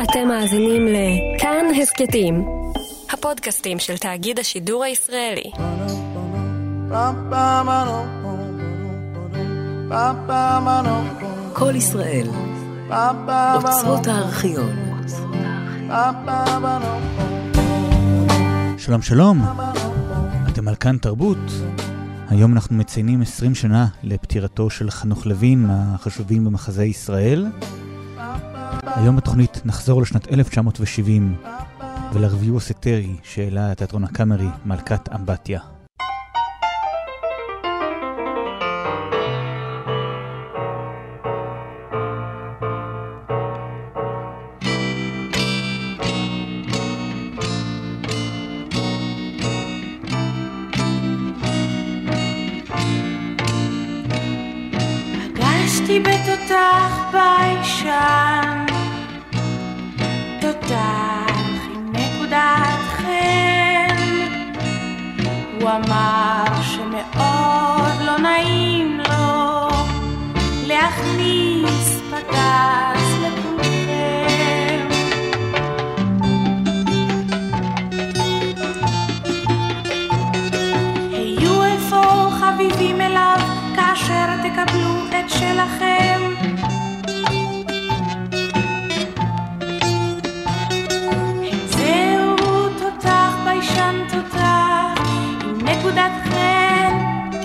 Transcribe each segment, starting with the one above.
אתם מאזינים לכאן הסקטים, הפודקאסטים של תאגיד השידור הישראלי. כל ישראל, אוצרות הארכיון. שלום שלום, אתם על כאן תרבות. היום אנחנו מציינים 20 שנה לפטירתו של חנוך לוין, מהחשובים במחזה ישראל. היום בתוכנית נחזור לשנת 1970 ולרביו הסטרי שהעלה התיאטרון הקאמרי מלכת אמבטיה. פגשתי בתותח ביישן, תותח עם נקודת חן. הוא אמר שמאוד לא נעים לו להכניס פגז לכולכם. היו איפה חביבים אליו כאשר תקבלו את שלכם. זהו תותח ביישן, תותח עם נקודת חן.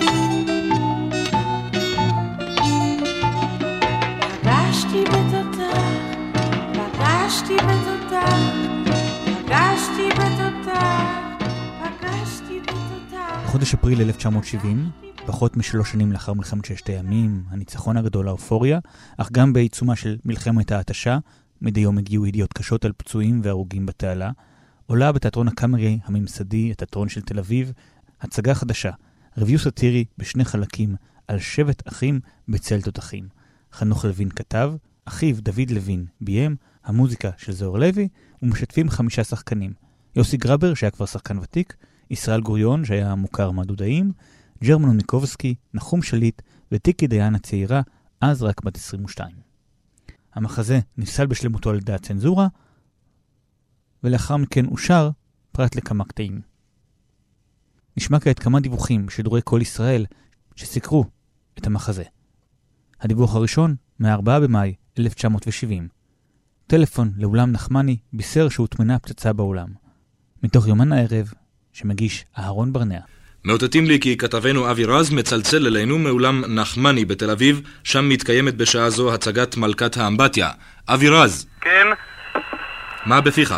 פגשתי בתותח, פגשתי בתותח, פגשתי בתותח, פגשתי בתותח. בחודש אפריל 1970, פחות מ3 שנים לאחר מלחמת ששת הימים, הניצחון הגדול, האופוריה, אך גם בעיצומה של מלחמת ההתשה, מדי יום הגיעו ידיעות קשות על פצועים והרוגים בתעלה, עולה בתיאטרון הקאמרי הממסדי, התיאטרון של תל אביב, הצגה חדשה, רביו סאטירי בשני חלקים על 7 אחים בצל תותחים. חנוך לוין כתב, אחיו דוד לוין ביים, המוזיקה של זוהר לוי, ומשתפים 5 שחקנים. יוסי גרבר, שהיה כבר שחקן ותיק, ישראל גוריון, שהיה מוכר מהדודאים, ג'רמנו ניקובסקי, נחום שליט וטיקי דיין הצעירה, אז רק בת 22. המחזה נפסל בשלמותו על ידי הצנזורה, ולאחר מכן אושר פרט לכמה קטעים. נשמע כעת כמה דיווחים שידורי כל ישראל שסיקרו את המחזה. הדיווח הראשון, מ-4 במאי 1970. טלפון לאולם נחמני בישר שהוטמנה פצצה באולם. מתוך יומן הערב שמגיש אהרון ברנע. מאותתים לי כי כתבנו אבי רז מצלצל אלינו מאולם נחמני בתל אביב, שם מתקיימת בשעה זו הצגת מלכת האמבטיה. אבי רז. כן? מה בפיך?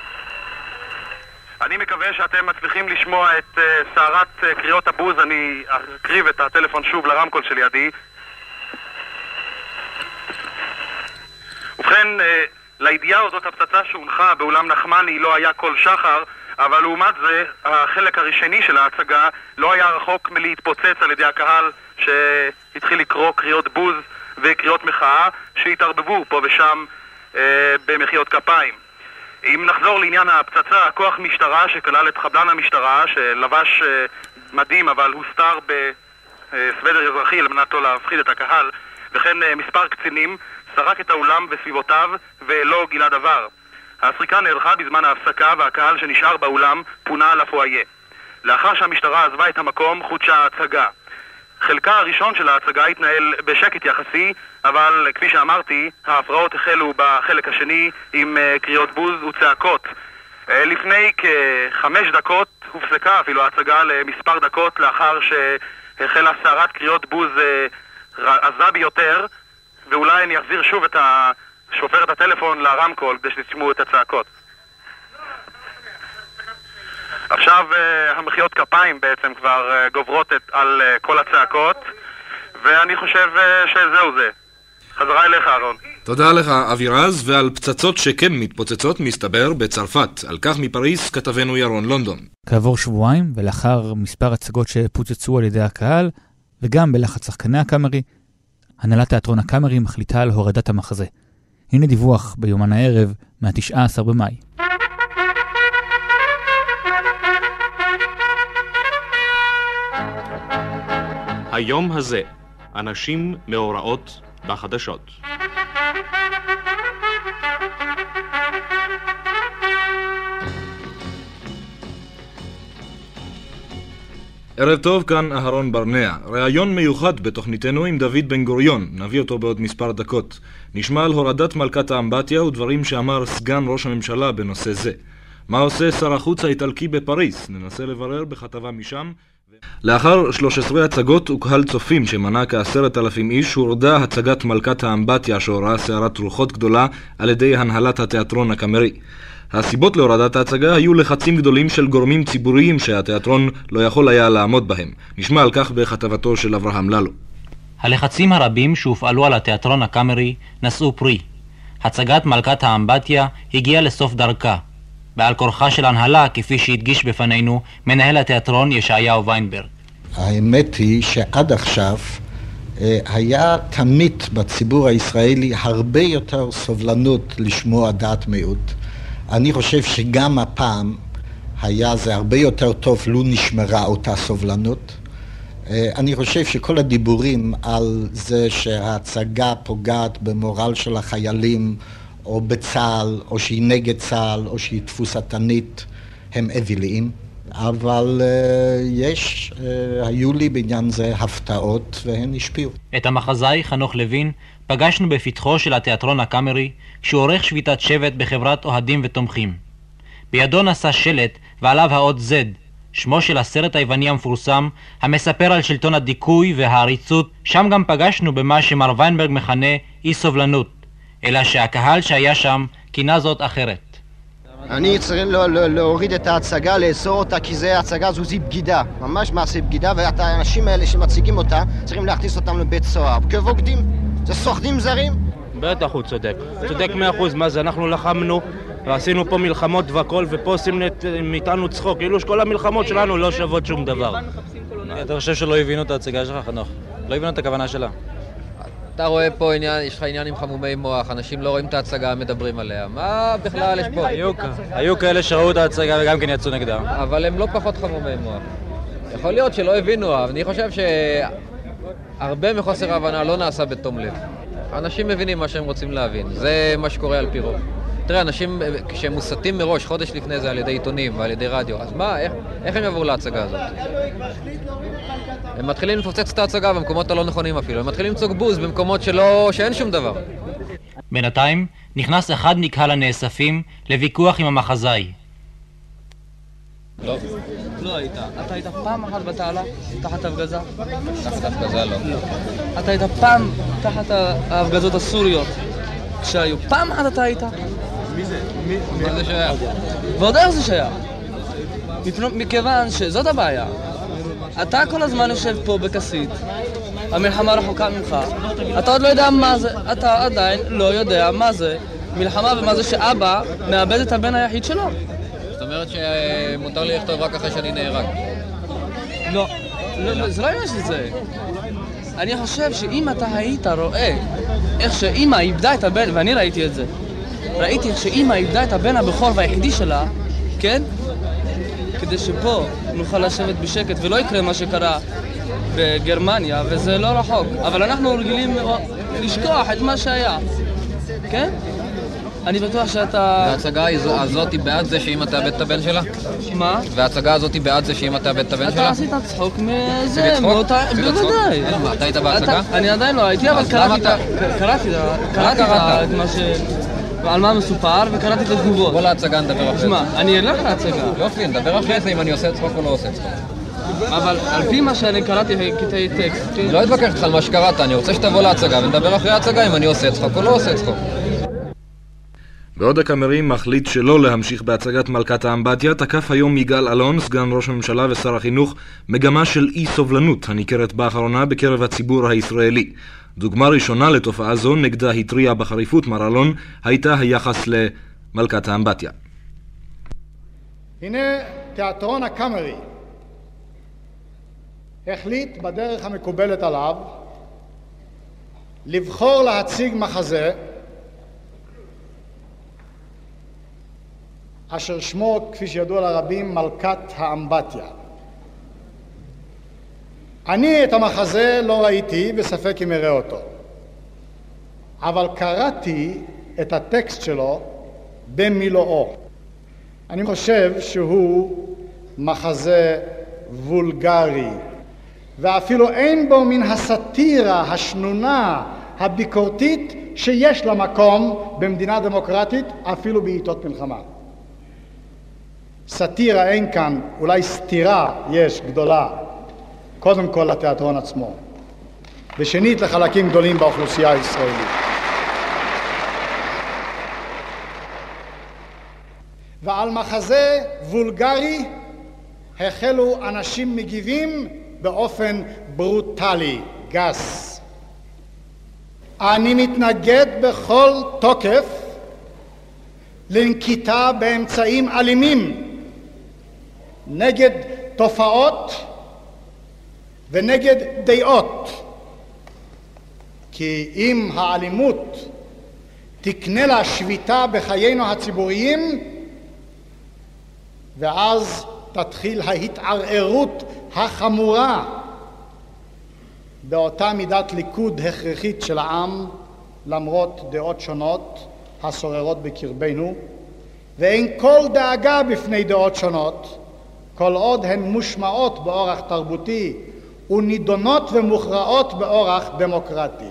אני מקווה שאתם מצליחים לשמוע את סערת קריאות הבוז. אני אקריב את הטלפון שוב לרמקול שלידי. ובכן, לידיעה אודות הפצצה שהונחה באולם נחמני לא היה כל שחר, אבל לעומת זה, החלק הראשני של ההצגה לא היה רחוק מלהתפוצץ על ידי הקהל שהתחיל לקרוא קריאות בוז וקריאות מחאה שהתערבבו פה ושם במחיאות כפיים. אם נחזור לעניין הפצצה, כוח משטרה שכלל את חבלן המשטרה שלבש מדים אבל הוסתר בסוודר אזרחי על מנתו להפחיד את הקהל, וכן מספר קצינים, סרק את האולם וסביבותיו ולא גילה דבר. הסריקה נערכה בזמן ההפסקה והקהל שנשאר באולם פונה לפואיה. לאחר שהמשטרה עזבה את המקום חודשה ההצגה. חלקה הראשון של ההצגה התנהל בשקט יחסי, אבל כפי שאמרתי, ההפרעות החלו בחלק השני עם קריאות בוז וצעקות. לפני כ5 דקות הופסקה אפילו ההצגה למספר דקות לאחר שהחלה סערת קריאות בוז עזה ביותר, ואולי אני אחזיר שוב את שופר את הטלפון לרמקול כדי שתשמעו את הצעקות. עכשיו המחיאות כפיים בעצם כבר גוברות על כל הצעקות, ואני חושב שזהו זה. חזרה אליך, אהרון. תודה לך, אבי רז, ועל פצצות שכן מתפוצצות מסתבר בצרפת. על כך מפריס כתבנו ירון לונדון. כעבור שבועיים, ולאחר מספר הצגות שפוצצו על ידי הקהל, וגם בלחץ שחקני הקאמרי, הנהלת תיאטרון הקאמרי מחליטה על הורדת המחזה. הנה דיווח ביומן הערב מה-19 במאי. היום הזה, אנשים מאורעות בחדשות. ערב טוב, כאן אהרון ברנע. ראיון מיוחד בתוכניתנו עם דוד בן גוריון. נביא אותו בעוד מספר דקות. נשמע על הורדת מלכת האמבטיה ודברים שאמר סגן ראש הממשלה בנושא זה. מה עושה שר החוץ האיטלקי בפריס? ננסה לברר בכתבה משם. לאחר 13 הצגות וקהל צופים שמנה כ10,000 איש, הורדה הצגת מלכת האמבטיה שעוררה סערת רוחות גדולה על ידי הנהלת התיאטרון הקאמרי. הסיבות להורדת ההצגה היו לחצים גדולים של גורמים ציבוריים שהתיאטרון לא יכול היה לעמוד בהם. נשמע על כך בכתבתו של אברהם ללו. הלחצים הרבים שהופעלו על התיאטרון הקאמרי נשאו פרי. הצגת מלכת האמבטיה הגיעה לסוף דרכה. בעל כורחה של הנהלה, כפי שהדגיש בפנינו מנהל התיאטרון ישעיהו ויינברג. האמת היא שעד עכשיו היה תמיד בציבור הישראלי הרבה יותר סובלנות לשמוע דעת מיעוט. אני חושב שגם הפעם היה זה הרבה יותר טוב לו נשמרה אותה סובלנות. אני חושב שכל הדיבורים על זה שההצגה פוגעת במורל של החיילים או בצה"ל, או שהיא נגד צה"ל, או שהיא תבוסתנית, הם אוויליים. אבל היו לי בעניין זה הפתעות והן השפיעו. את המחזאי חנוך לוין פגשנו בפתחו של התיאטרון הקאמרי כשהוא עורך שביתת שבט בחברת אוהדים ותומכים. בידו נשא שלט ועליו האות Z, שמו של הסרט היווני המפורסם המספר על שלטון הדיכוי והעריצות. שם גם פגשנו במה שמר ויינברג מכנה אי סובלנות, אלא שהקהל שהיה שם כינה זאת אחרת. אני צריך להוריד את ההצגה, לאסור אותה, כי זה ההצגה הזו זו בגידה, ממש מעשה בגידה, והאנשים האלה שמציגים אותה צריכים להכניס אותם לבית סוהר. כבוגדים, זה סוחדים זרים. בטח הוא צודק 100%. מה זה, אנחנו לחמנו ועשינו פה מלחמות והכל, ופה עושים מאיתנו צחוק, כאילו שכל המלחמות שלנו לא שוות שום דבר. אתה חושב שלא הבינו את ההצגה שלך, חנוך? לא הבינו את הכוונה שלה? אתה רואה פה עניין, יש לך עניין עם חמומי מוח, אנשים לא רואים את ההצגה, מדברים עליה. מה בכלל יש פה? היו כאלה שראו את ההצגה וגם כן יצאו נגדה. אבל הם לא פחות חמומי מוח. יכול להיות שלא הבינו, אבל אני חושב שהרבה מחוסר ההבנה לא נעשה בתום לב. אנשים מבינים מה שהם רוצים להבין, זה מה שקורה על פי רוב. תראה, אנשים כשהם מוסתים מראש, חודש לפני זה על ידי עיתונים ועל ידי רדיו, אז מה, איך הם יעברו להצגה הזאת? הם מתחילים לפוצץ את ההצגה במקומות הלא נכונים אפילו, הם מתחילים לצוג בוז במקומות שאין שום דבר. בינתיים נכנס אחד מקהל הנאספים לוויכוח עם המחזאי. לא היית. אתה היית פעם אחת בתעלה? תחת הפגזה? תחת הפגזה לא. אתה היית פעם תחת ההפגזות הסוריות? כשהיו פעם אחת אתה היית? מי זה? מה זה שייך? ועוד איך זה שייך? מכיוון שזאת הבעיה. אתה כל הזמן יושב פה בכסית, המלחמה רחוקה ממך, אתה עוד לא יודע מה זה, אתה עדיין לא יודע מה זה מלחמה ומה זה שאבא מאבד את הבן היחיד שלו. זאת אומרת שמותר לי לכתוב רק אחרי שאני נהרג. לא, זה לא עניין של זה. אני חושב שאם אתה היית רואה איך שאמא איבדה את הבן, ואני ראיתי את זה, ראיתי איך שאמא איבדה את הבן הבכור והיחידי שלה, כן? כדי שפה נוכל לשבת בשקט ולא יקרה מה שקרה בגרמניה, וזה לא רחוק. אבל אנחנו רגילים לשכוח את מה שהיה, כן? אני בטוח שאתה... וההצגה הזאת היא בעד זה שאמא תאבד את הבן שלה? מה? וההצגה הזאת היא בעד זה שאמא תאבד את הבן שלה? אתה עשית צחוק מזה, בוודאי. אתה היית בהצגה? אני עדיין לא הייתי, אבל קראתי את מה ש... על מה מסופר, וקראתי את התגובות. בוא להצגה נדבר אחרי זה. תשמע, אני אלך להצגה. יופי, נדבר אחרי זה אם אני עושה צחוק או לא עושה צחוק. אבל על פי מה שאני קראתי קטעי טקסט... לא אתווכח איתך על מה שקראת, אני רוצה שתבוא להצגה ונדבר אחרי ההצגה אם אני עושה צחוק או לא עושה צחוק. בעוד הקאמרי מחליט שלא להמשיך בהצגת מלכת האמבטיה, תקף היום יגאל אלון, סגן ראש הממשלה ושר החינוך, מגמה של אי סובלנות הניכרת באחרונה בקרב הציבור הישראלי. דוגמה ראשונה לתופעה זו נגדה התריע בחריפות מר אלון הייתה היחס למלכת האמבטיה. הנה תיאטרון הקאמרי החליט בדרך המקובלת עליו לבחור להציג מחזה אשר שמו, כפי שידוע לרבים, מלכת האמבטיה. אני את המחזה לא ראיתי בספק אם אראה אותו, אבל קראתי את הטקסט שלו במילואו. אני חושב שהוא מחזה וולגרי, ואפילו אין בו מן הסאטירה השנונה, הביקורתית, שיש לה מקום במדינה דמוקרטית, אפילו בעיתות מלחמה. סאטירה אין כאן, אולי סתירה יש גדולה, קודם כל לתיאטרון עצמו, ושנית לחלקים גדולים באוכלוסייה הישראלית. ועל מחזה וולגרי החלו אנשים מגיבים באופן ברוטלי, גס. אני מתנגד בכל תוקף לנקיטה באמצעים אלימים נגד תופעות ונגד דעות, כי אם האלימות תקנה לה שביתה בחיינו הציבוריים, ואז תתחיל ההתערערות החמורה באותה מידת ליכוד הכרחית של העם, למרות דעות שונות השוררות בקרבנו, ואין כל דאגה בפני דעות שונות, כל עוד הן מושמעות באורח תרבותי ונידונות ומוכרעות באורח דמוקרטי.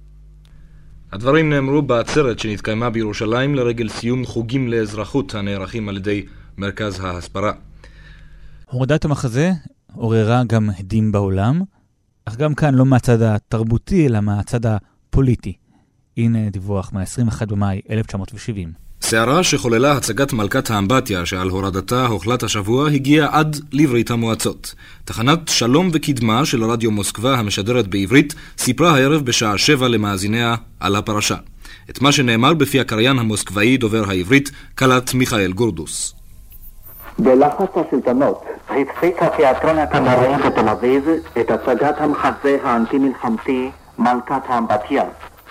הדברים נאמרו בעצרת שנתקיימה בירושלים לרגל סיום חוגים לאזרחות הנערכים על ידי מרכז ההסברה. הורדת המחזה עוררה גם הדים בעולם, אך גם כאן לא מהצד התרבותי, אלא מהצד הפוליטי. הנה דיווח מה-21 במאי 1970. סערה שחוללה הצגת מלכת האמבטיה שעל הורדתה הוחלט השבוע הגיעה עד לברית המועצות. תחנת שלום וקדמה של רדיו מוסקבה המשדרת בעברית סיפרה הערב בשעה 7 למאזיניה על הפרשה. את מה שנאמר בפי הקריין המוסקבאי דובר העברית קלט מיכאל גורדוס. בלחץ השלטונות הפסיק התיאטרון הקאמרי בתל אביב את הצגת המחזה האנטי-מלחמתי מלכת האמבטיה.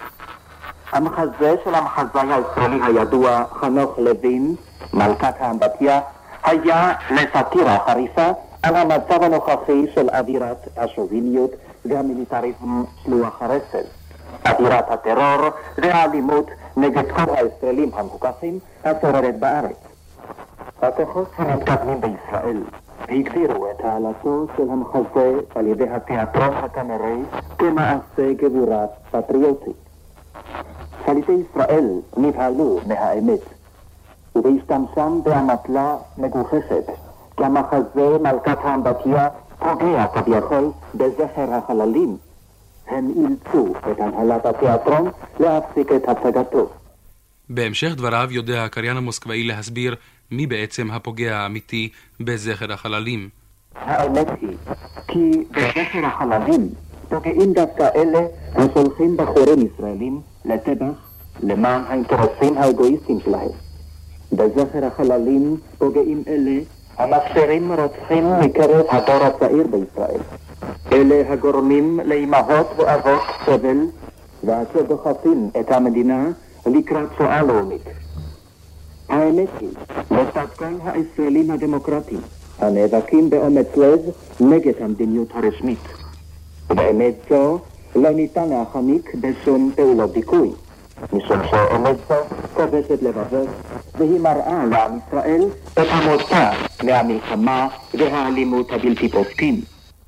המחזה של המחזאי הישראלי הידוע חנוך לוין, מלכת האמבטיה, היה לסאטירה חריפה על המצב הנוכחי של אווירת השוביניוט והמיליטריזם שלוח הרסן, אווירת הטרור והאלימות נגד כל הישראלים המפוקחים השוררת בארץ. הכוחות המתקדמים בישראל הגדירו את העלתו של המחזה על ידי התיאטרון הקאמרי כמעשה גבורה פטריוטי. שליטי ישראל נבהלו מהאמת, ובהשתמשם באמתלה מגוחכת, כי המחזה מלכת האמבטיה פוגע כביכול בזכר החללים. הם אילצו את הנהלת התיאטרון להפסיק את הצגתו. בהמשך דבריו יודע הקריין המוסקבאי להסביר מי בעצם הפוגע האמיתי בזכר החללים. האמת היא כי בזכר החללים פוגעים דווקא אלה השולחים בחורים ישראלים לטבח למען האינטרסים האגואיסטיים שלהם. בזכר החללים פוגעים אלה המכשירים רוצחים מקרב הדור הצעיר בישראל. אלה הגורמים לאימהות ואבות סבל ואשר דוחפים את המדינה לקראת שואה לאומית. האמת היא, לצד כל הישראלים הדמוקרטיים הנאבקים באומץ לב נגד המדיניות הרשמית. באמת זו לא ניתן להחמיק בשום פעולות דיכוי, משום שאמת זו כובשת לבבות והיא מראה לעם ישראל את המוצא מהמלחמה והאלימות הבלתי פוסקים.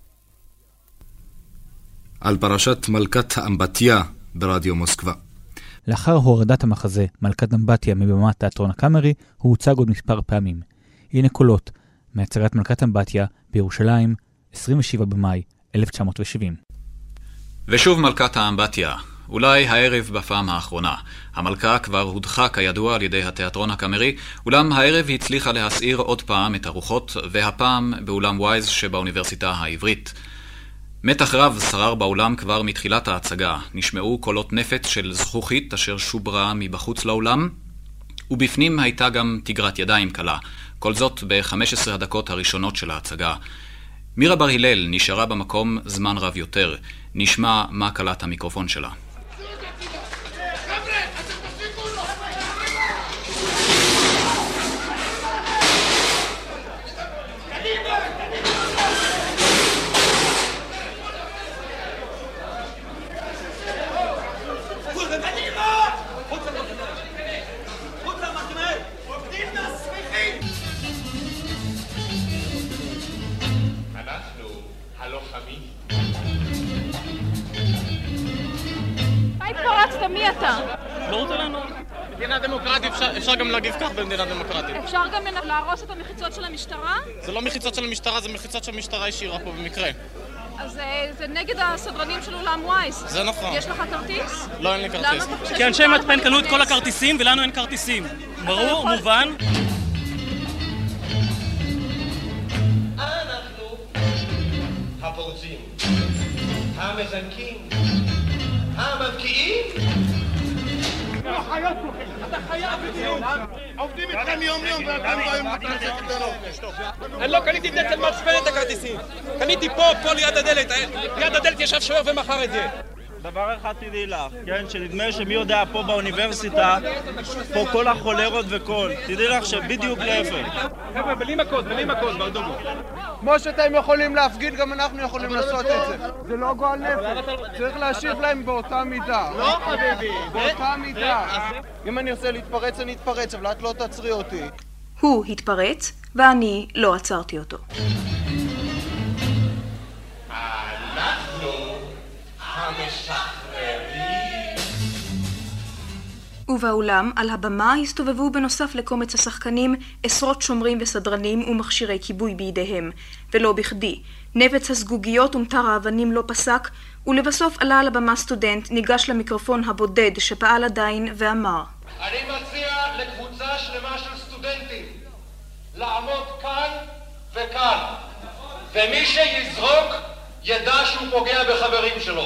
על פרשת מלכת האמבטיה ברדיו מוסקבה. לאחר הורדת המחזה מלכת אמבטיה מבמת תיאטרון הקאמרי, הוא הוצג עוד מספר פעמים. הנה קולות מהצגת מלכת אמבטיה בירושלים, 27 במאי 1970. ושוב מלכת האמבטיה, אולי הערב בפעם האחרונה. המלכה כבר הודחה כידוע על ידי התיאטרון הקאמרי, אולם הערב היא הצליחה להסעיר עוד פעם את הרוחות, והפעם באולם וויז שבאוניברסיטה העברית. מתח רב שרר באולם כבר מתחילת ההצגה. נשמעו קולות נפץ של זכוכית אשר שוברה מבחוץ לאולם, ובפנים הייתה גם תגרת ידיים קלה. כל זאת ב-15 הדקות הראשונות של ההצגה. מירה בר הלל נשארה במקום זמן רב יותר. נשמע מה קלט המיקרופון שלה. מי אתה? לא רוצה לענות. מדינה דמוקרטית, אפשר גם להגיב כך במדינה דמוקרטית. אפשר גם להרוס את המחיצות של המשטרה? זה לא מחיצות של המשטרה, זה מחיצות של המשטרה ישירה פה במקרה. אז זה נגד הסדרנים של אולם וייס. זה נכון. יש לך כרטיס? לא, אין לי כרטיס. כי אנשי מצפן קנו את כל הכרטיסים ולנו אין כרטיסים. ברור, מובן. אנחנו הפורצים, המזנקים, המבקיעים. אתה חייב בדיוק. עובדים איתכם יום ואתם באים להתנצח איתנו. אני לא קניתי דלת מצפן את הכרטיסים. קניתי פה ליד הדלת. ליד הדלת ישב שוער ומכר את זה. דבר אחד תדעי לך, כן, שנדמה שמי יודע פה באוניברסיטה, פה כל החולרות וכל. תדעי לך שבדיוק להפך. חבר'ה, בלי מכות, ברדוגו. כמו שאתם יכולים להפגין, גם אנחנו יכולים לעשות את זה. זה לא גועל נפש. צריך להשיב להם באותה מידה. לא חביבי. באותה מידה. אם אני רוצה להתפרץ, אני אתפרץ, אבל את לא תעצרי אותי. הוא התפרץ, ואני לא עצרתי אותו. ובאולם, על הבמה, הסתובבו בנוסף לקומץ השחקנים עשרות שומרים וסדרנים ומכשירי כיבוי בידיהם, ולא בכדי. נבץ הסגוגיות ומטר האבנים לא פסק, ולבסוף עלה על הבמה סטודנט, ניגש למיקרופון הבודד שפעל עדיין ואמר: אני מציע לקבוצה שלמה של סטודנטים לעמוד כאן וכאן, ומי שיזרוק ידע שהוא פוגע בחברים שלו.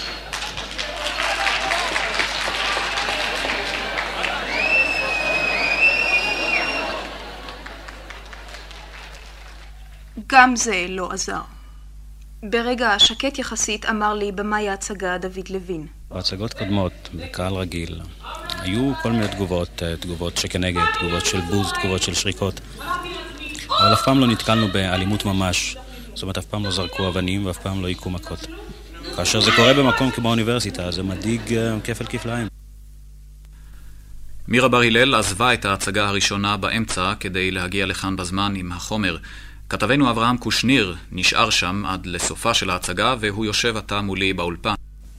גם זה לא עזר. ברגע שקט יחסית אמר לי במאי ההצגה דוד לוין. בהצגות קודמות, בקהל רגיל, היו כל מיני תגובות, תגובות שכנגד, תגובות של בוז, תגובות של שריקות. אבל אף פעם לא נתקלנו באלימות ממש. זאת אומרת, אף פעם לא זרקו אבנים ואף פעם לא עיקו מכות. כאשר זה קורה במקום כמו האוניברסיטה, זה מדאיג כפל כפליים. מירה בר הלל עזבה את ההצגה הראשונה באמצע כדי להגיע לכאן בזמן עם החומר. כתבנו אברהם קושניר נשאר שם עד לסופה של ההצגה, והוא יושב עתה מולי באולפן.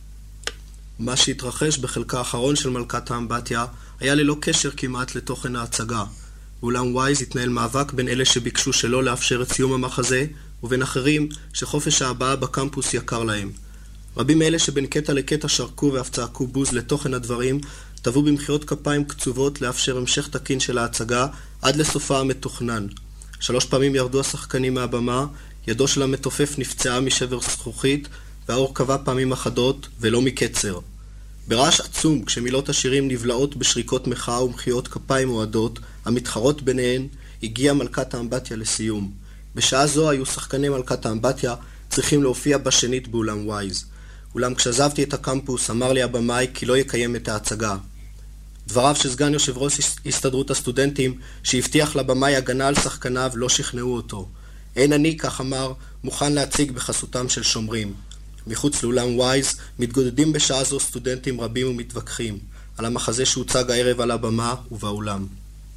מה שהתרחש בחלקה האחרון של מלכת האמבטיה היה ללא קשר כמעט לתוכן ההצגה. באולם וייז התנהל מאבק בין אלה שביקשו שלא לאפשר את סיום המחזה, ובין אחרים שחופש ההבעה בקמפוס יקר להם. רבים מאלה שבין קטע לקטע שרקו ואף צעקו בוז לתוכן הדברים, טבעו במחיאות כפיים קצובות לאפשר המשך תקין של ההצגה עד לסופה המתוכנן. 3 פעמים ירדו השחקנים מהבמה, ידו של המתופף נפצעה משבר זכוכית, והאור קבע פעמים אחדות ולא מקצר. ברעש עצום, כשמילות השירים נבלעות בשריקות מחאה ומחיאות כפיים מועדות, המתחרות ביניהן, הגיעה מלכת האמבטיה לסיום. בשעה זו היו שחקני מלכת האמבטיה צריכים להופיע בשנית באולם וייז. אולם כשעזבתי את הקמפוס אמר לי הבמאי כי לא יקיים את ההצגה. דבריו של סגן יושב ראש הסתדרות הסטודנטים שהבטיח לבמאי הגנה על שחקניו לא שכנעו אותו. אין אני, כך אמר, מוכן להציג בחסותם של שומרים. מחוץ לאולם וייז מתגודדים בשעה זו סטודנטים רבים ומתווכחים על המחזה שהוצג הערב על הבמה ובאולם.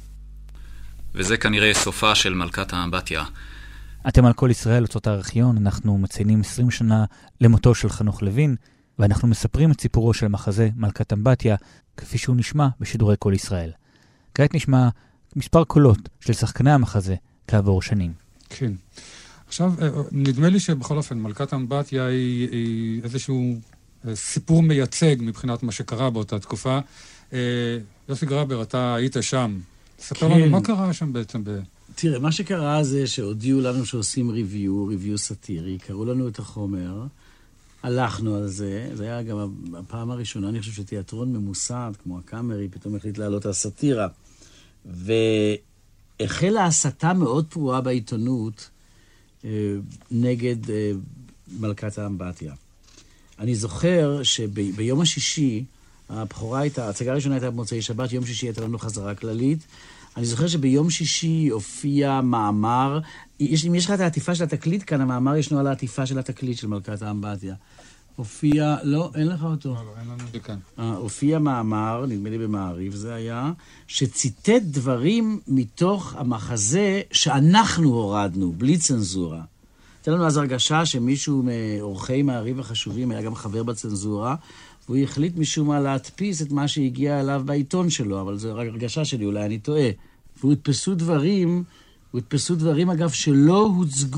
וזה כנראה סופה של מלכת האמבטיה. אתם על כל ישראל, הוצאות הארכיון, אנחנו מציינים 20 שנה למותו של חנוך לוין, ואנחנו מספרים את סיפורו של המחזה מלכת האמבטיה, כפי שהוא נשמע בשידורי כל ישראל. כעת נשמע מספר קולות של שחקני המחזה כעבור שנים. כן. עכשיו, נדמה לי שבכל אופן, מלכת האמבטיה היא איזשהו סיפור מייצג מבחינת מה שקרה באותה תקופה. יוסי גרבר, אתה היית שם. ספר לנו מה קרה שם בעצם תראה, מה שקרה זה שהודיעו לנו שעושים ריוויו סאטירי, קראו לנו את החומר, הלכנו על זה, זה היה גם הפעם הראשונה, אני חושב שתיאטרון ממוסד, כמו הקאמרי, פתאום החליט לעלות על סאטירה. והחלה הסתה מאוד פרועה בעיתונות נגד מלכת האמבטיה. אני זוכר שביום השישי, ההצגה הראשונה הייתה במוצאי שבת, יום שישי הייתה לנו חזרה כללית. אני זוכר שביום שישי הופיע מאמר, אם יש לך את העטיפה של התקליט כאן, המאמר ישנו על העטיפה של התקליט של מלכת האמבטיה. הופיע, לא, אין לך אותו. לא, אין לנו את זה כאן. הופיע מאמר, נדמה לי במעריב זה היה, שציטט דברים מתוך המחזה שאנחנו הורדנו, בלי צנזורה. הייתה לנו אז הרגשה שמישהו מאורחי מעריב החשובים היה גם חבר בצנזורה, והוא החליט משום מה להדפיס את מה שהגיע אליו בעיתון שלו, אבל זו רק הרגשה שלי, אולי אני טועה. והוא הדפסו דברים אגב שלא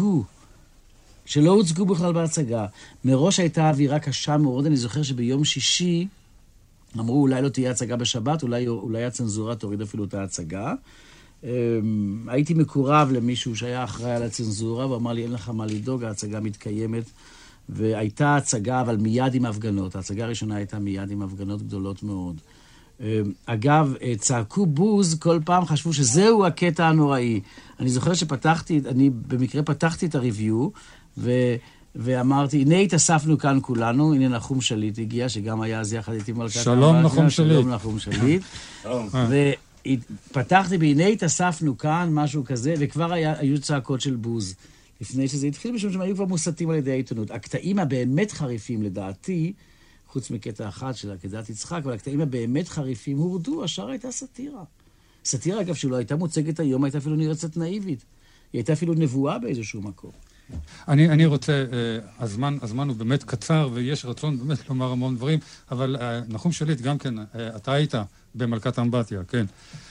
הוצגו בכלל בהצגה. מראש הייתה אווירה קשה מאוד, אני זוכר שביום שישי אמרו אולי לא תהיה הצגה בשבת, אולי הצנזורה תוריד אפילו את ההצגה. הייתי מקורב למישהו שהיה אחראי על הצנזורה, ואמר לי אין לך מה לדאוג, ההצגה מתקיימת. והייתה הצגה, אבל מיד עם הפגנות. ההצגה הראשונה הייתה מיד עם הפגנות גדולות מאוד. אגב, צעקו בוז, כל פעם חשבו שזהו הקטע הנוראי. אני זוכר אני במקרה פתחתי את הריוויו, ואמרתי, הנה התאספנו כאן כולנו, הנה נחום שליט הגיע, שגם היה אז יחד איתי מלכת שלום אמבטיה, נחום שליט. שלום נחום שליט. ופתחתי, והנה התאספנו כאן, משהו כזה, וכבר היו צעקות של בוז. לפני שזה התחיל, משום שהם היו כבר מוסתים על ידי העיתונות. הקטעים הבאמת חריפים, לדעתי, חוץ מקטע אחד של עקדת יצחק, אבל הקטעים הבאמת חריפים הורדו, השאר הייתה סאטירה. סאטירה, אגב, שלא הייתה מוצגת היום, הייתה אפילו נראית קצת נאיבית. היא הייתה אפילו נבואה באיזשהו מקום. אני רוצה, הזמן הוא באמת קצר, ויש רצון באמת לומר המון דברים, אבל נחום שליט, גם כן, אתה היית במלכת אמבטיה, כן.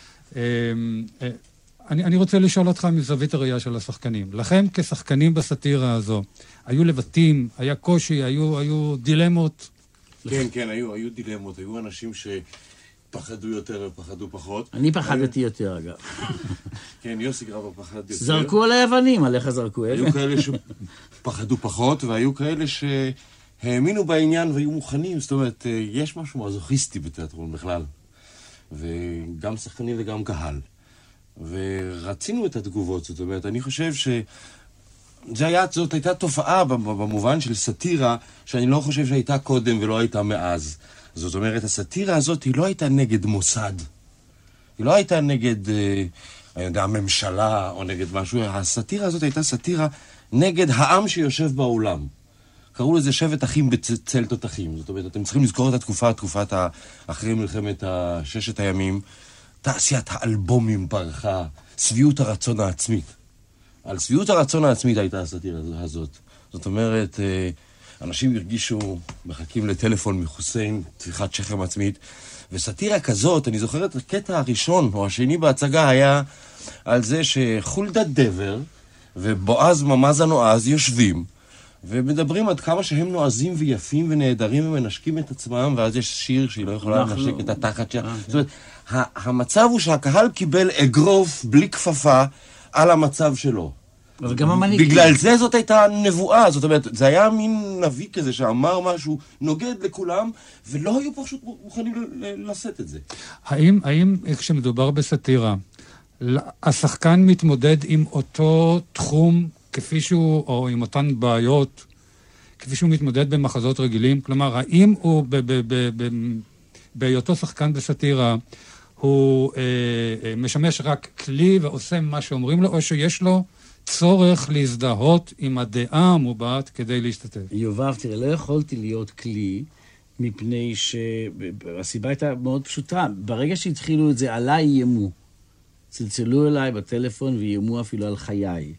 אני רוצה לשאול אותך מזווית הראייה של השחקנים. לכם כשחקנים בסאטירה הזו, היו לבטים, היה קושי, היו דילמות? כן, היו דילמות, היו אנשים שפחדו יותר ופחדו פחות. אני פחדתי יותר, אגב. כן, יוסי גרבר פחד יותר. זרקו על היוונים, עליך זרקו. היו כאלה שפחדו פחות, והיו כאלה שהאמינו בעניין והיו מוכנים. זאת אומרת, יש משהו מזוכיסטי בתיאטרון בכלל. וגם שחקנים וגם קהל. ורצינו את התגובות, זאת אומרת, אני חושב זאת הייתה תופעה במובן של סאטירה, שאני לא חושב שהייתה קודם ולא הייתה מאז. זאת אומרת, הסאטירה הזאת היא לא הייתה נגד מוסד. היא לא הייתה נגד, אני יודע, הממשלה או נגד משהו. הסאטירה הזאת הייתה סאטירה נגד העם שיושב באולם. קראו לזה שבט אחים בצל תותחים. זאת אומרת, אתם צריכים לזכור את תקופת אחרי מלחמת ששת הימים. תעשיית האלבומים פרחה, שביעות הרצון העצמית. על שביעות הרצון העצמית הייתה הסאטירה הזאת. זאת אומרת, אנשים הרגישו, מחכים לטלפון מחוסיין, טפיחת שכם עצמית, וסאטירה כזאת, אני זוכר את הקטע הראשון או השני בהצגה היה על זה שחולדת דבר ובועז ממז הנועז יושבים, ומדברים עד כמה שהם נועזים ויפים ונהדרים ומנשקים את עצמם, ואז יש שיר שהיא לא יכולה לנשק את התחת שלה. זאת אומרת, המצב הוא שהקהל קיבל אגרוף בלי כפפה על המצב שלו. אבל גם המנהיגים. בגלל זה זאת הייתה נבואה, זאת אומרת, זה היה מין נביא כזה שאמר משהו נוגד לכולם, ולא היו פשוט מוכנים לשאת את זה. האם כשמדובר בסאטירה, השחקן מתמודד עם אותו תחום כפי שהוא, או עם אותן בעיות, כפי שהוא מתמודד במחזות רגילים? כלומר, האם הוא בהיותו שחקן בסאטירה, הוא משמש רק כלי ועושה מה שאומרים לו, או שיש לו צורך להזדהות עם הדעה המובעת כדי להשתתף? יובב, תראה, לא יכולתי להיות כלי, מפני שהסיבה הייתה מאוד פשוטה. ברגע שהתחילו את זה, עליי איימו. צלצלו אליי בטלפון ואיימו אפילו על חיי.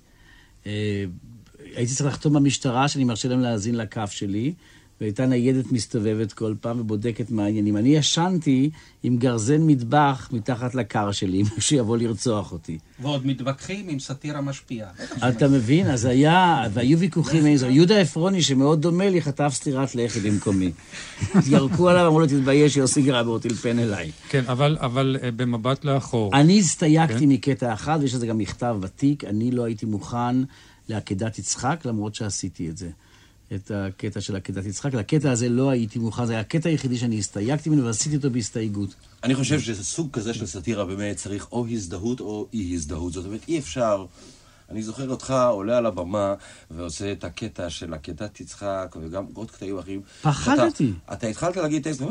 הייתי צריך לחתום במשטרה שאני מרשה להם להאזין לקף שלי, והייתה ניידת מסתובבת כל פעם ובודקת מה העניינים. אני ישנתי עם גרזן מטבח מתחת לקר שלי, שיבוא לרצוח אותי. ועוד מתווכחים עם סאטירה משפיעה. אתה מבין? אז והיו ויכוחים איזו. יהודה אפרוני, שמאוד דומה לי, חטף סטירת לחי במקומי. ירקו עליו, אמרו לו, תתבייש, יוסי גרבר, תלפן אליי. כן, אבל במבט לאחור. אני הסתייגתי מקטע אחד, ויש לזה גם מכתב ותיק, אני לא הייתי מוכן לעקדת יצחק, למרות שעשיתי את זה. את הקטע של עקדת יצחק. לקטע הזה לא הייתי מוכן, זה היה הקטע היחידי שאני הסתייגתי ממנו, ועשיתי אותו בהסתייגות. אני חושב שסוג כזה של סאטירה באמת צריך או הזדהות או אי הזדהות. זאת אומרת, אי אפשר. אני זוכר אותך עולה על הבמה ועושה את הקטע של עקדת יצחק, וגם עוד קטעים אחרים. פחדתי. אתה התחלת להגיד טקסט,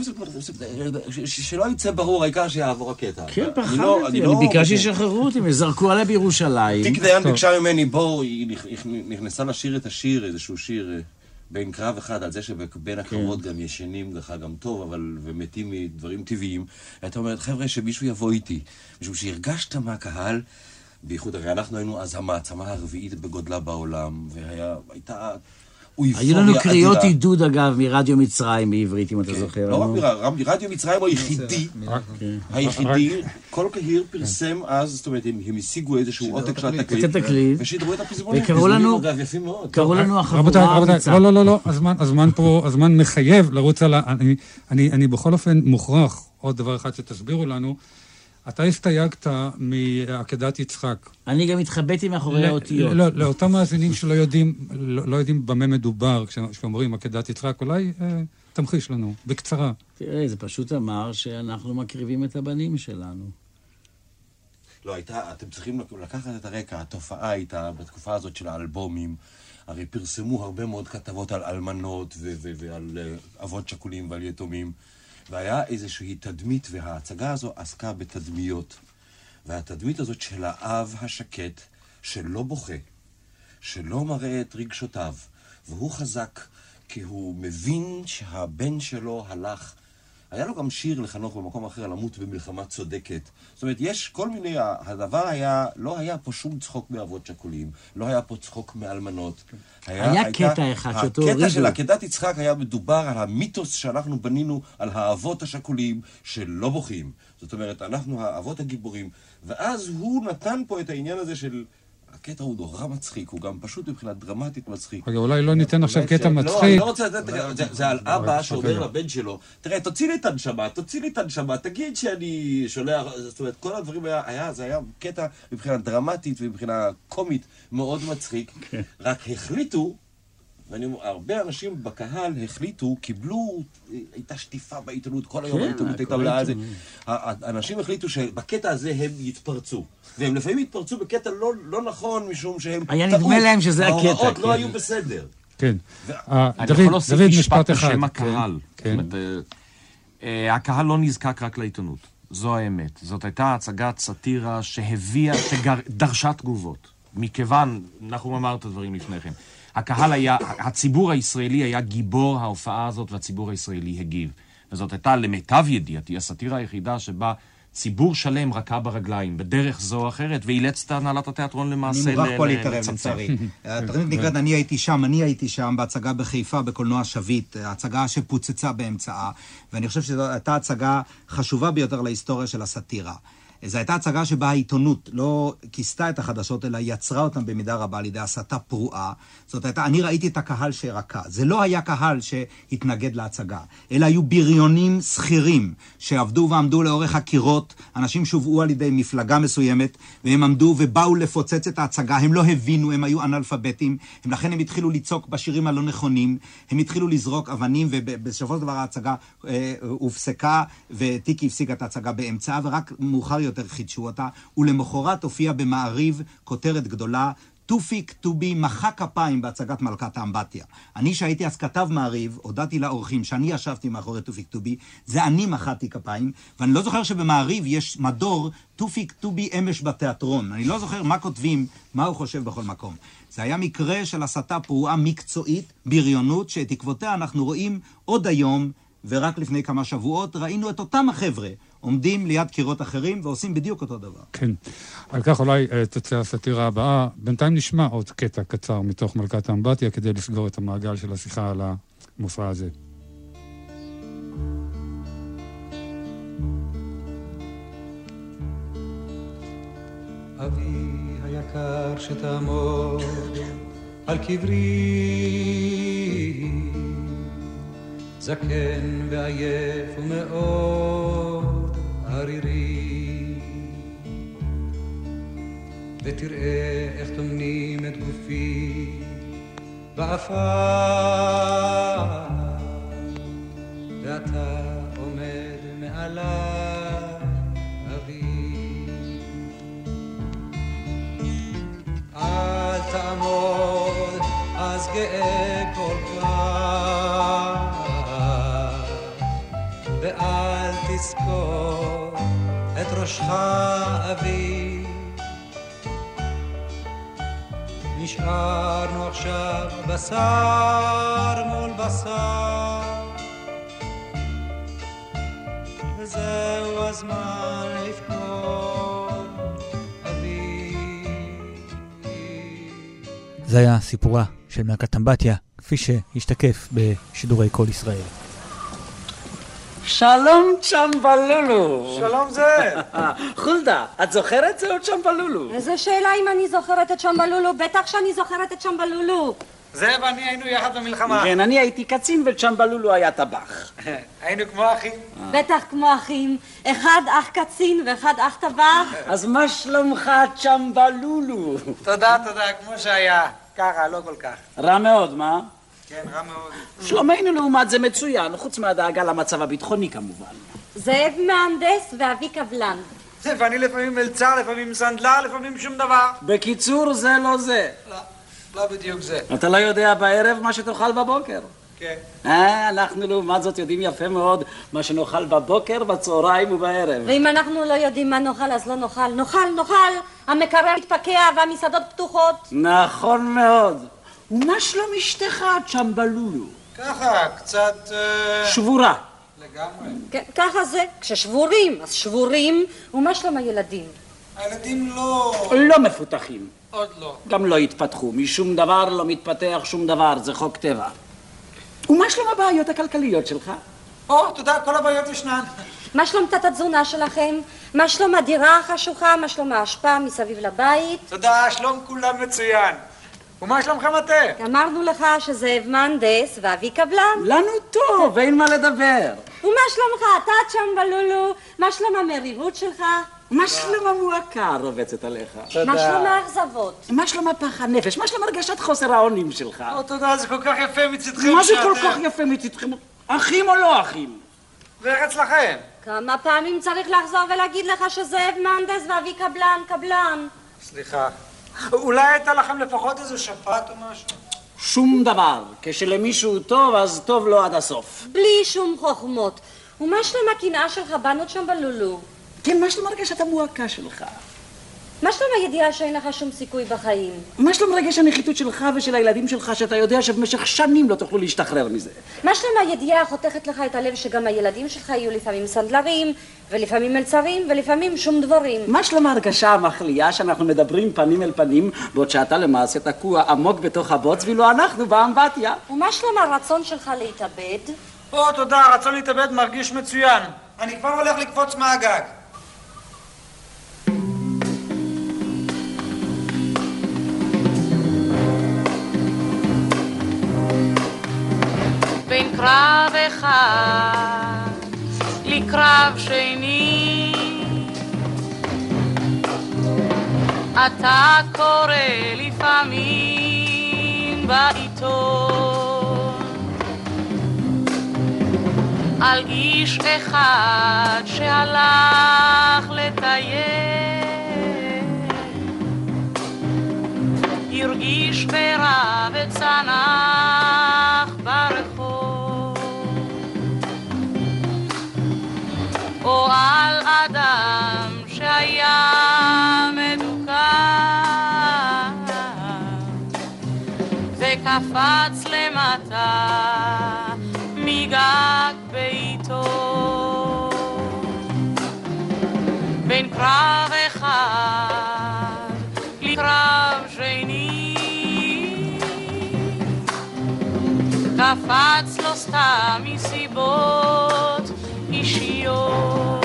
שלא יצא ברור, העיקר שיעבור הקטע. כן, פחדתי. אני ביקשתי שחררו אותי, וזרקו עליי בירושלים. תיק דיין ביקשה ממני, בוא, היא נכנסה לשיר את השיר, איזשהו שיר בין קרב אחד, על זה שבין הקרבות גם ישנים לך גם טוב, אבל ומתים מדברים טבעיים. אתה אומרת, חבר'ה, שמישהו יבוא איתי. משום שהרגשת מהקהל, בייחוד, הרי אנחנו היינו אז המעצמה הרביעית בגודלה בעולם, והייתה היו לנו קריאות עידוד, אגב, מרדיו מצרים בעברית, אם אתה זוכר. לא רק מרדיו מצרים היחידי, כל קהיר פרסם אז, זאת אומרת, הם השיגו איזשהו עותק של התקליט, ושידרו את הפזמונים. וקראו לנו רבותיי, לא, הזמן מחייב לרוץ על... אני בכל אופן מוכרח עוד דבר אחד שתסבירו לנו. אתה הסתייגת מעקדת יצחק. אני גם התחבאתי מאחורי האותיות. לאותם מאזינים שלא יודעים במה מדובר כשאומרים עקדת יצחק, אולי תמחיש לנו, בקצרה. תראה, זה פשוט אמר שאנחנו מקריבים את הבנים שלנו. לא, אתם צריכים לקחת את הרקע, התופעה הייתה בתקופה הזאת של האלבומים, הרי פרסמו הרבה מאוד כתבות על אלמנות ועל אבות שכולים ועל יתומים, והיה איזושהי תדמית, וההצגה הזו עסקה בתדמיות. והתדמית הזאת של האב השקט, שלא בוכה, שלא מראה את רגשותיו, והוא חזק כי הוא מבין שהבן שלו הלך. היה לו גם שיר לחנוך במקום אחר, למות במלחמה צודקת. זאת אומרת, יש כל מיני, הדבר היה, לא היה פה שום צחוק מאבות שכולים, לא היה פה צחוק מאלמנות. היה קטע אחד שאותו הורידו. הקטע של עקדת יצחק היה מדובר על המיתוס שאנחנו בנינו על האבות השכולים שלא בוכים. זאת אומרת, אנחנו האבות הגיבורים. ואז הוא נתן פה את העניין הזה של... הקטע הוא נורא מצחיק, הוא גם פשוט מבחינת דרמטית מצחיק. רגע, אולי לא ניתן עכשיו קטע מצחיק. לא, אני לא רוצה לתת, זה על אבא שאומר לבן שלו, תראה, תוציא לי את הנשמה, תגיד שאני שולח, זאת אומרת, כל הדברים זה היה קטע מבחינה דרמטית ומבחינה קומית מאוד מצחיק, רק החליטו, הרבה אנשים בקהל החליטו, קיבלו, הייתה שטיפה בעיתונות, כל היום העיתונות הייתה עולה על זה. האנשים החליטו שבקטע הזה הם יתפרצו. והם לפעמים התפרצו בקטע לא נכון, משום שהם היה נדמה להם שזה הקטע. ההוראות לא היו בסדר. כן. אני יכול להוסיף משפט בשם הקהל. הקהל לא נזקק רק לעיתונות. זו האמת. זאת הייתה הצגת סאטירה שדרשה תגובות. מכיוון, אנחנו אמר את הדברים לפני כן. הקהל היה, הציבור הישראלי היה גיבור ההופעה הזאת, והציבור הישראלי הגיב. וזאת הייתה למיטב ידיעתי, הסאטירה היחידה שבה ציבור שלם רקע ברגליים, בדרך זו או אחרת, ואילץ את הנהלת התיאטרון למעשה אני מוכרח פה להתערב, לצערי. התוכנית נקראת אני הייתי שם, בהצגה בחיפה, בקולנוע שביט, הצגה שפוצצה באמצעה, ואני חושב שזו הייתה הצגה חשובה ביותר להיסטוריה של הסאטירה. זו הייתה הצגה שבה העיתונות לא כיסתה את החדשות, אלא יצרה אותם במידה רבה על ידי הסתה פרועה. זאת הייתה, אני ראיתי את הקהל שרקע. זה לא היה קהל שהתנגד להצגה, אלא היו בריונים שכירים שעבדו ועמדו לאורך הקירות, אנשים שהובאו על ידי מפלגה מסוימת, והם עמדו ובאו לפוצץ את ההצגה. הם לא הבינו, הם היו אנאלפביתים, לכן הם התחילו לצעוק בשירים הלא נכונים, הם התחילו לזרוק אבנים, ובסופו של דבר ההצגה הופסקה, וטיקי הפסיק את ההצגה באמצעה, ורק מאוחר יותר חידשו אותה, ולמחרת הופיע במעריב כותרת גדולה, תופיק טובי מחא כפיים בהצגת מלכת האמבטיה. אני שהייתי אז כתב מעריב, הודעתי לאורחים שאני ישבתי מאחורי תופיק טובי, זה אני מחאתי כפיים, ואני לא זוכר שבמעריב יש מדור תופיק טובי אמש בתיאטרון. אני לא זוכר מה כותבים, מה הוא חושב בכל מקום. זה היה מקרה של הסתה פרועה מקצועית, בריונות, שאת עקבותיה אנחנו רואים עוד היום, ורק לפני כמה שבועות ראינו את אותם החבר'ה עומדים ליד קירות אחרים ועושים בדיוק אותו דבר. כן. על כך אולי תצא הסאטירה הבאה. בינתיים נשמע עוד קטע קצר מתוך מלכת האמבטיה כדי לסגור את המעגל של השיחה על המופע הזה. אבי היקר שתעמוד על קברי, זקן ועייף ומאוד ערירי, ותראה איך תומנים את גופי באפר, ואתה עומד מעליי אבי. אל תעמוד אז גאה כל כך, ואל תזכור את ראשך אבי. נשארנו עכשיו בשר מול בשר, וזהו הזמן לפקוד אבי. זה היה סיפורה של מלכת אמבטיה, כפי שהשתקף בשידורי כל ישראל. שלום צ'מבלולו. שלום זה. חולדה, את זוכרת זה או צ'מבלולו? איזה שאלה אם אני זוכרת את צ'מבלולו? בטח שאני זוכרת את צ'מבלולו. זה ואני היינו יחד במלחמה. כן, אני הייתי קצין וצ'מבלולו היה טבח. היינו כמו אחים. בטח כמו אחים. אחד אח קצין ואחד אח טבח. אז מה שלומך צ'מבלולו? תודה, כמו שהיה. ככה, לא כל כך. רע מאוד, מה? כן, רע מאוד. שלומנו לעומת זה מצוין, חוץ מהדאגה למצב הביטחוני כמובן. זאב מהנדס ואבי קבלן. זה, ואני לפעמים מלצר, לפעמים סנדלר, לפעמים שום דבר. בקיצור, זה לא זה. לא בדיוק זה. אתה לא יודע בערב מה שתאכל בבוקר. כן. אנחנו לעומת זאת יודעים יפה מאוד מה שנאכל בבוקר, בצהריים ובערב. ואם אנחנו לא יודעים מה נאכל, אז לא נאכל. נאכל. המקרר מתפקע והמסעדות פתוחות. נכון מאוד. ומה שלום אשתך צ'מבלולו? ככה, קצת... שבורה. לגמרי. כן, ככה זה. כששבורים, אז שבורים. ומה שלום הילדים? הילדים לא... לא מפותחים. עוד לא. גם לא התפתחו. משום דבר לא מתפתח שום דבר, זה חוק טבע. ומה שלום הבעיות הכלכליות שלך? תודה, כל הבעיות ישנן. מה שלום תת התזונה שלכם? מה שלום הדירה החשוכה? מה שלום ההשפעה מסביב לבית? תודה, שלום כולם מצוין. ומה שלומכם אתם? אמרנו לך שזאב מהנדס ואבי קבלן. לנו טוב, אין מה לדבר. ומה שלומך אתה צ'מבלולו? מה שלום המרירות שלך? מה שלום המועקה הרובצת עליך? תודה. מה שלום האכזבות? מה שלום הפח הנפש? מה שלום הרגשת חוסר האונים שלך? תודה, זה כל כך יפה מצדכם. מה זה כל כך יפה מצדכם? אחים או לא אחים? ואיך אצלכם? כמה פעמים צריך לחזור ולהגיד לך שזאב מהנדס ואבי קבלן? סליחה. אולי הייתה לכם לפחות איזו שפעת או משהו? שום דבר. כשלמישהו טוב, אז טוב לו עד הסוף. בלי שום חוכמות. ומה שלום הקנאה שלך בנו צ'מבלולו? כן, מה שלום הרגשת המועקה שלך? מה שלום הידיעה שאין לך שום סיכוי בחיים? מה שלום רגש הנחיתות שלך ושל הילדים שלך שאתה יודע שבמשך שנים לא תוכלו להשתחרר מזה? מה שלום הידיעה החותכת לך את הלב שגם הילדים שלך יהיו לפעמים סנדלרים ולפעמים מלצרים ולפעמים שום דברים? מה שלום ההרגשה המחליאה שאנחנו מדברים פנים אל פנים בעוד שאתה למעשה תקוע עמוק בתוך הבוץ ואילו אנחנו באמבטיה? ומה שלום הרצון שלך להתאבד? תודה, הרצון להתאבד מרגיש מצוין. אני כבר הולך לקפוץ מהגג. בין קרב אחד לקרב שני אתה קורא לפעמים בעיתון על איש אחד שהלך לטייל הרגיש ברע וצנח ברחוב או על אדם שהיה מדוכא וקפץ למטה מגג ביתו בין קרב אחד לקרב שני קפץ לו סתם מסיבות אישיות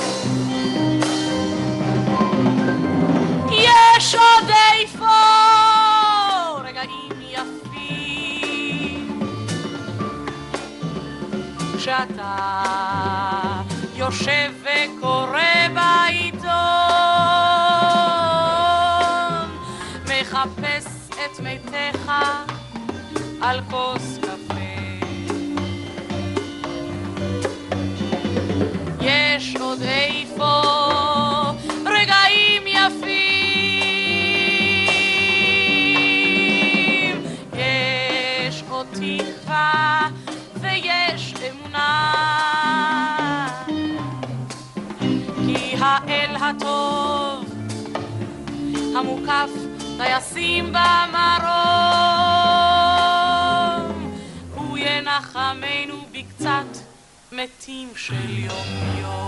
יש עוד איפה רגעים יפים כשאתה יושב וקורא בעיתון מחפש את מתיך על כוס קפה יש עוד איפה רגעים יפים יש עוד תקווה ויש אמונה כי האל הטוב המוקף טייסים במרום הוא ינחמנו בקצת מתים של יום יום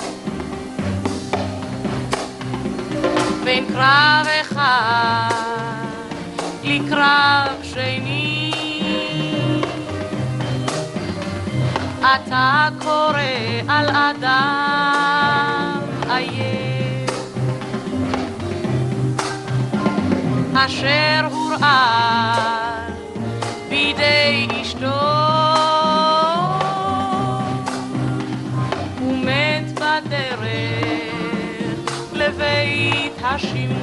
בין קרב אחד לקרב שני. אתה קורא על אדם עייף אשר הורעל בידי אשתו ומת בדרך לבית השימוש,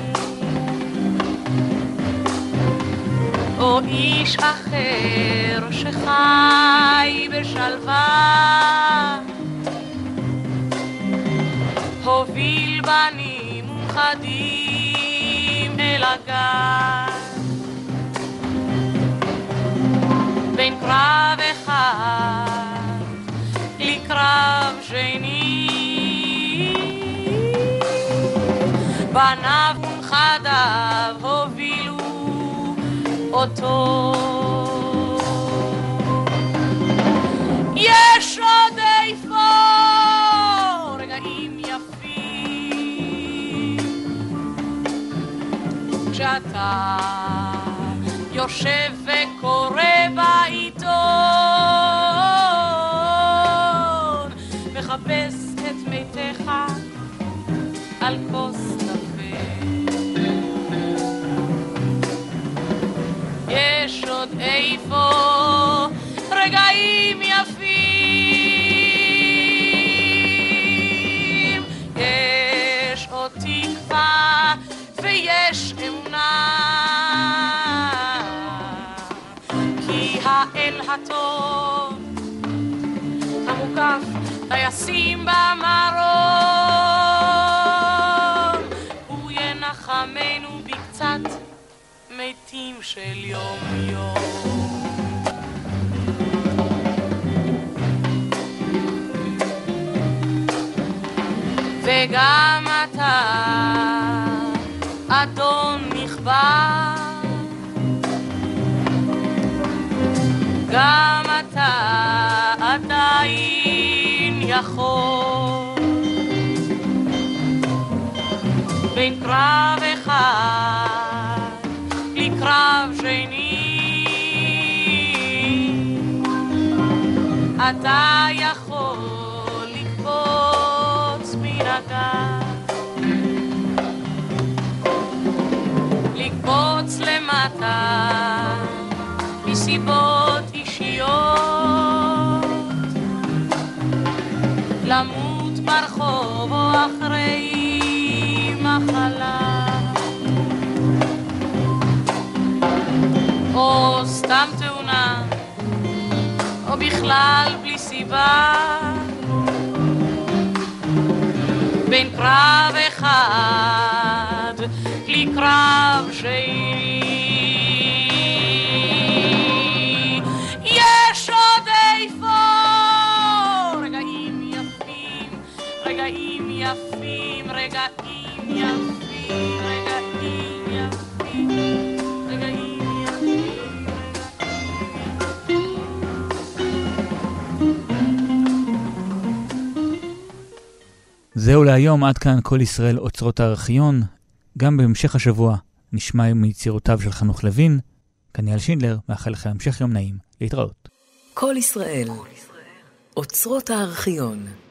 או איש אחר שחי בשלווה הוביל בנים ומחדים אל הגן. בין קרב אחד לקרב שני בניו ונכדיו הובילו אותו. יש עוד איפה רגעים יפים כשאתה יושב וקורא בעיתון מחפש את מתיך על כוס קפה. יש עוד איפה רגעים יפים, יש עוד תקווה ויש אמונה, כי האל הטוב המוקף טייסים במרום הוא ינחמנו בקצת מתים של יום יום. וגם אתה אדון נכבד, גם אתה עדיין יכול בין קרב אחד לקרב שני, אתה יכול לקפוץ מן הגג, לקפוץ למטה מסיבות אישיות, למות ברחוב או אחרי מחלה, או סתם תאונה, או בכלל בלי סיבה, בין קרב אחד לקרב שני. יש עוד איפה רגעים יפים, רגעים יפים, רגעים יפים, רגעים יפים, רגעים יפים. זהו להיום, עד כאן כל ישראל אוצרות הארכיון. גם בהמשך השבוע נשמע מיצירותיו של חנוך לוין. כאן יעל שינדלר, מאחל לכם המשך יום נעים. להתראות. כל ישראל אוצרות הארכיון.